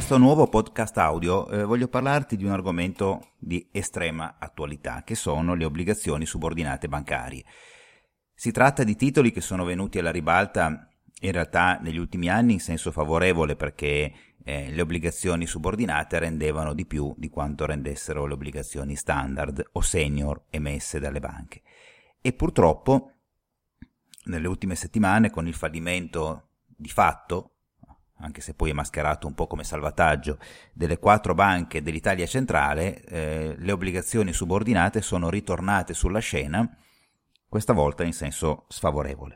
questo nuovo podcast audio voglio parlarti di un argomento di estrema attualità, che sono le obbligazioni subordinate bancarie. Si tratta di titoli che sono venuti alla ribalta in realtà negli ultimi anni in senso favorevole, perché le obbligazioni subordinate rendevano di più di quanto rendessero le obbligazioni standard o senior emesse dalle banche. E purtroppo nelle ultime settimane, con il fallimento di fatto, anche se poi è mascherato un po' come salvataggio, delle 4 banche dell'Italia centrale, le obbligazioni subordinate sono ritornate sulla scena, questa volta in senso sfavorevole.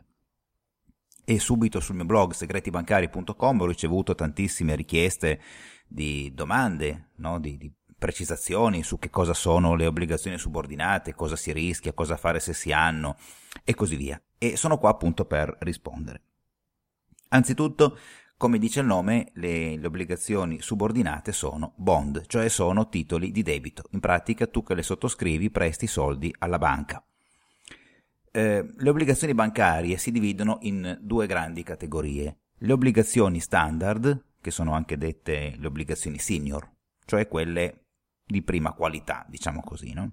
E subito sul mio blog segretibancari.com ho ricevuto tantissime richieste di domande, no? di precisazioni su che cosa sono le obbligazioni subordinate, cosa si rischia, cosa fare se si hanno e così via. E sono qua appunto per rispondere. Anzitutto, come dice il nome, le obbligazioni subordinate sono bond, cioè sono titoli di debito. In pratica tu che le sottoscrivi presti soldi alla banca. Le obbligazioni bancarie si dividono in 2 grandi categorie. Le obbligazioni standard, che sono anche dette le obbligazioni senior, cioè quelle di prima qualità, diciamo così, no?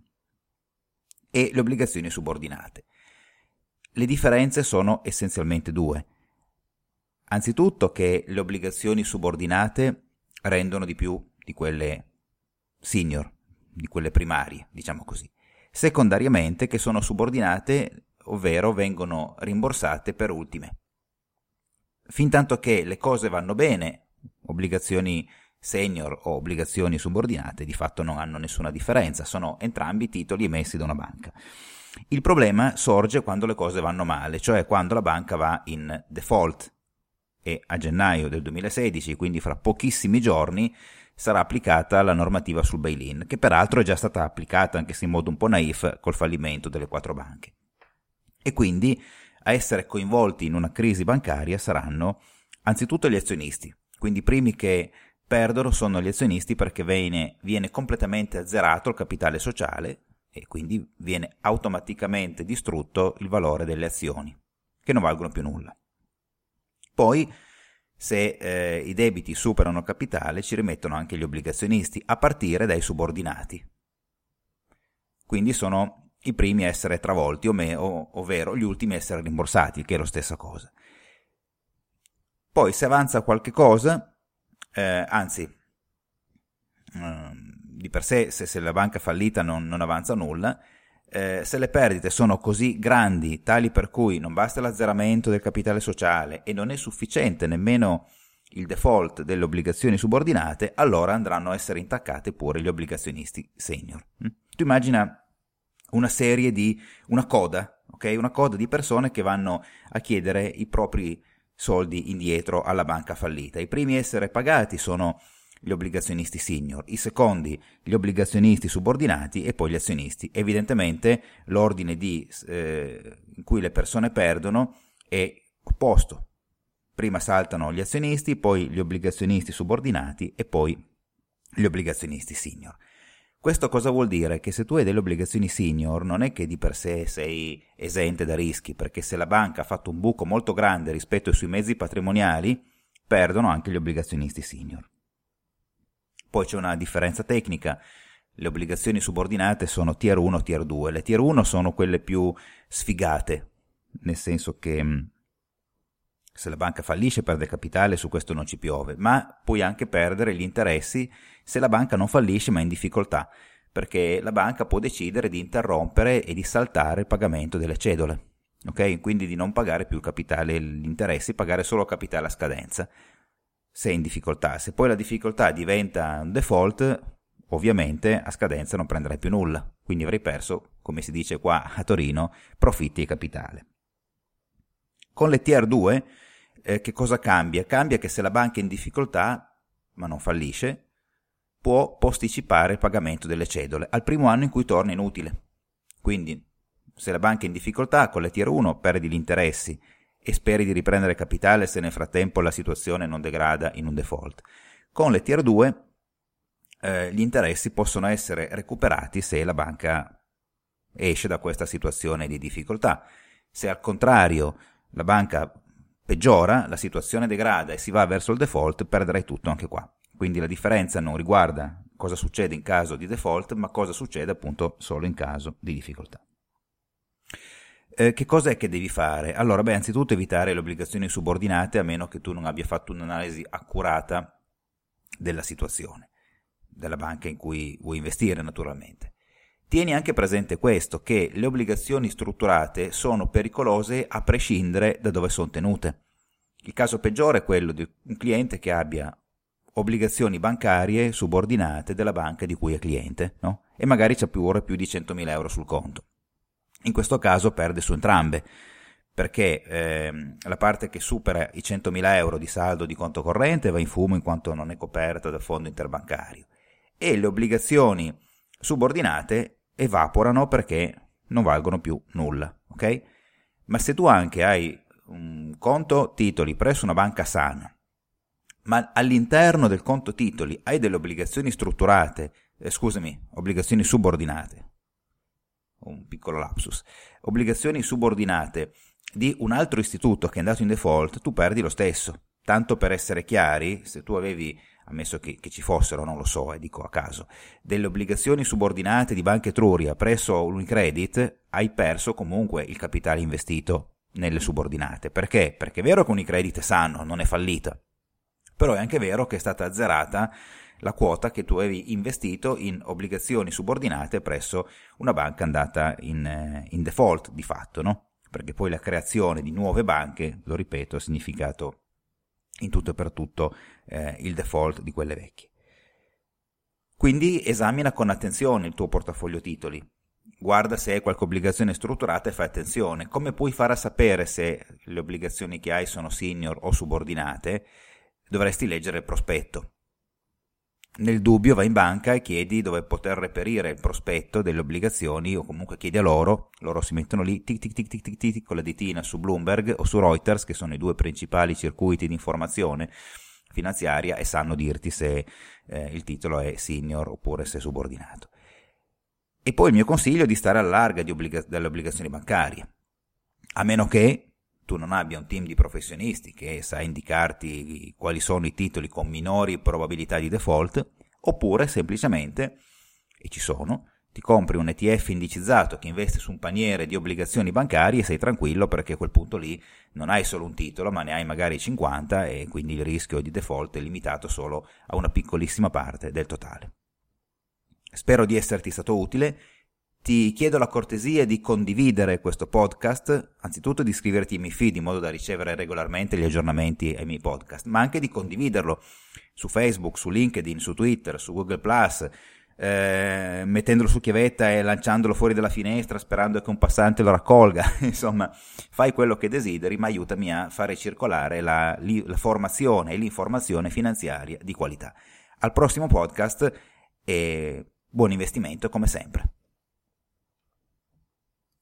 E le obbligazioni subordinate. Le differenze sono essenzialmente 2. Anzitutto che le obbligazioni subordinate rendono di più di quelle senior, di quelle primarie, diciamo così. Secondariamente che sono subordinate, ovvero vengono rimborsate per ultime. Fintanto che le cose vanno bene, obbligazioni senior o obbligazioni subordinate di fatto non hanno nessuna differenza, sono entrambi titoli emessi da una banca. Il problema sorge quando le cose vanno male, cioè quando la banca va in default, e a gennaio del 2016, quindi fra pochissimi giorni, sarà applicata la normativa sul bail-in, che peraltro è già stata applicata, anche se in modo un po' naif, col fallimento delle 4 banche. E quindi a essere coinvolti in una crisi bancaria saranno anzitutto gli azionisti, quindi i primi che perdono sono gli azionisti, perché viene completamente azzerato il capitale sociale e quindi viene automaticamente distrutto il valore delle azioni, che non valgono più nulla. Poi, se i debiti superano il capitale, ci rimettono anche gli obbligazionisti, a partire dai subordinati. Quindi sono i primi a essere travolti, ovvero gli ultimi a essere rimborsati, che è la stessa cosa. Poi, se avanza qualche cosa, di per sé, se la banca fallita non avanza nulla, se le perdite sono così grandi, tali per cui non basta l'azzeramento del capitale sociale e non è sufficiente nemmeno il default delle obbligazioni subordinate, allora andranno a essere intaccate pure gli obbligazionisti senior. Tu immagina una coda, ok? Una coda di persone che vanno a chiedere i propri soldi indietro alla banca fallita. I primi a essere pagati sono gli obbligazionisti senior, i secondi gli obbligazionisti subordinati e poi gli azionisti. Evidentemente l'ordine in cui le persone perdono è opposto. Prima saltano gli azionisti, poi gli obbligazionisti subordinati e poi gli obbligazionisti senior. Questo cosa vuol dire? Che se tu hai delle obbligazioni senior non è che di per sé sei esente da rischi, perché se la banca ha fatto un buco molto grande rispetto ai suoi mezzi patrimoniali, perdono anche gli obbligazionisti senior. Poi c'è una differenza tecnica: le obbligazioni subordinate sono tier 1, tier 2. Le tier 1 sono quelle più sfigate, nel senso che se la banca fallisce perde capitale, su questo non ci piove, ma puoi anche perdere gli interessi se la banca non fallisce ma è in difficoltà, perché la banca può decidere di interrompere e di saltare il pagamento delle cedole, ok? Quindi di non pagare più il capitale, gli interessi, pagare solo capitale a scadenza, se è in difficoltà. Se poi la difficoltà diventa un default, ovviamente a scadenza non prenderai più nulla, quindi avrai perso, come si dice qua a Torino, profitti e capitale. Con le tier 2 che cosa cambia? Cambia che se la banca è in difficoltà ma non fallisce, può posticipare il pagamento delle cedole al primo anno in cui torna inutile. Quindi se la banca è in difficoltà, con le tier 1 perdi gli interessi e speri di riprendere capitale se nel frattempo la situazione non degrada in un default. Con le tier 2 gli interessi possono essere recuperati se la banca esce da questa situazione di difficoltà. Se al contrario la banca peggiora, la situazione degrada e si va verso il default, perderai tutto anche qua. quindi la differenza non riguarda cosa succede in caso di default, ma cosa succede appunto solo in caso di difficoltà. Che cosa è che devi fare? Allora, anzitutto evitare le obbligazioni subordinate, a meno che tu non abbia fatto un'analisi accurata della situazione, della banca in cui vuoi investire naturalmente. Tieni anche presente questo, che le obbligazioni strutturate sono pericolose a prescindere da dove sono tenute. Il caso peggiore è quello di un cliente che abbia obbligazioni bancarie subordinate della banca di cui è cliente, no? E magari c'ha più di 100.000 euro sul conto. In questo caso perde su entrambe, perché la parte che supera i 100.000 euro di saldo di conto corrente va in fumo in quanto non è coperta dal fondo interbancario, e le obbligazioni subordinate evaporano perché non valgono più nulla, ok? Ma se tu anche hai un conto titoli presso una banca sana, ma all'interno del conto titoli hai delle obbligazioni strutturate, obbligazioni subordinate, un piccolo lapsus, obbligazioni subordinate di un altro istituto che è andato in default, tu perdi lo stesso. Tanto per essere chiari, se tu avevi, ammesso che ci fossero, non lo so, dico a caso, delle obbligazioni subordinate di Banca Etruria presso Unicredit, hai perso comunque il capitale investito nelle subordinate. Perché? Perché è vero che Unicredit è sano, non è fallita, però è anche vero che è stata azzerata la quota che tu avevi investito in obbligazioni subordinate presso una banca andata in default di fatto, no? Perché poi la creazione di nuove banche, lo ripeto, ha significato in tutto e per tutto il default di quelle vecchie. Quindi esamina con attenzione il tuo portafoglio titoli, guarda se hai qualche obbligazione strutturata e fai attenzione. Come puoi fare a sapere se le obbligazioni che hai sono senior o subordinate? Dovresti leggere il prospetto. Nel dubbio vai in banca e chiedi dove poter reperire il prospetto delle obbligazioni, o comunque chiedi a loro si mettono lì tic tic tic tic tic tic con la ditina su Bloomberg o su Reuters, che sono i due principali circuiti di informazione finanziaria, e sanno dirti se il titolo è senior oppure se è subordinato. E poi il mio consiglio è di stare alla larga delle obbligazioni bancarie, a meno che tu non abbia un team di professionisti che sa indicarti quali sono i titoli con minori probabilità di default, oppure semplicemente, e ci sono, ti compri un ETF indicizzato che investe su un paniere di obbligazioni bancarie e sei tranquillo, perché a quel punto lì non hai solo un titolo ma ne hai magari 50, e quindi il rischio di default è limitato solo a una piccolissima parte del totale. Spero di esserti stato utile. Ti chiedo la cortesia di condividere questo podcast, anzitutto di iscriverti ai miei feed in modo da ricevere regolarmente gli aggiornamenti ai miei podcast, ma anche di condividerlo su Facebook, su LinkedIn, su Twitter, su Google+, mettendolo su chiavetta e lanciandolo fuori dalla finestra sperando che un passante lo raccolga. Insomma, fai quello che desideri, ma aiutami a fare circolare la formazione e l'informazione finanziaria di qualità. Al prossimo podcast e buon investimento come sempre.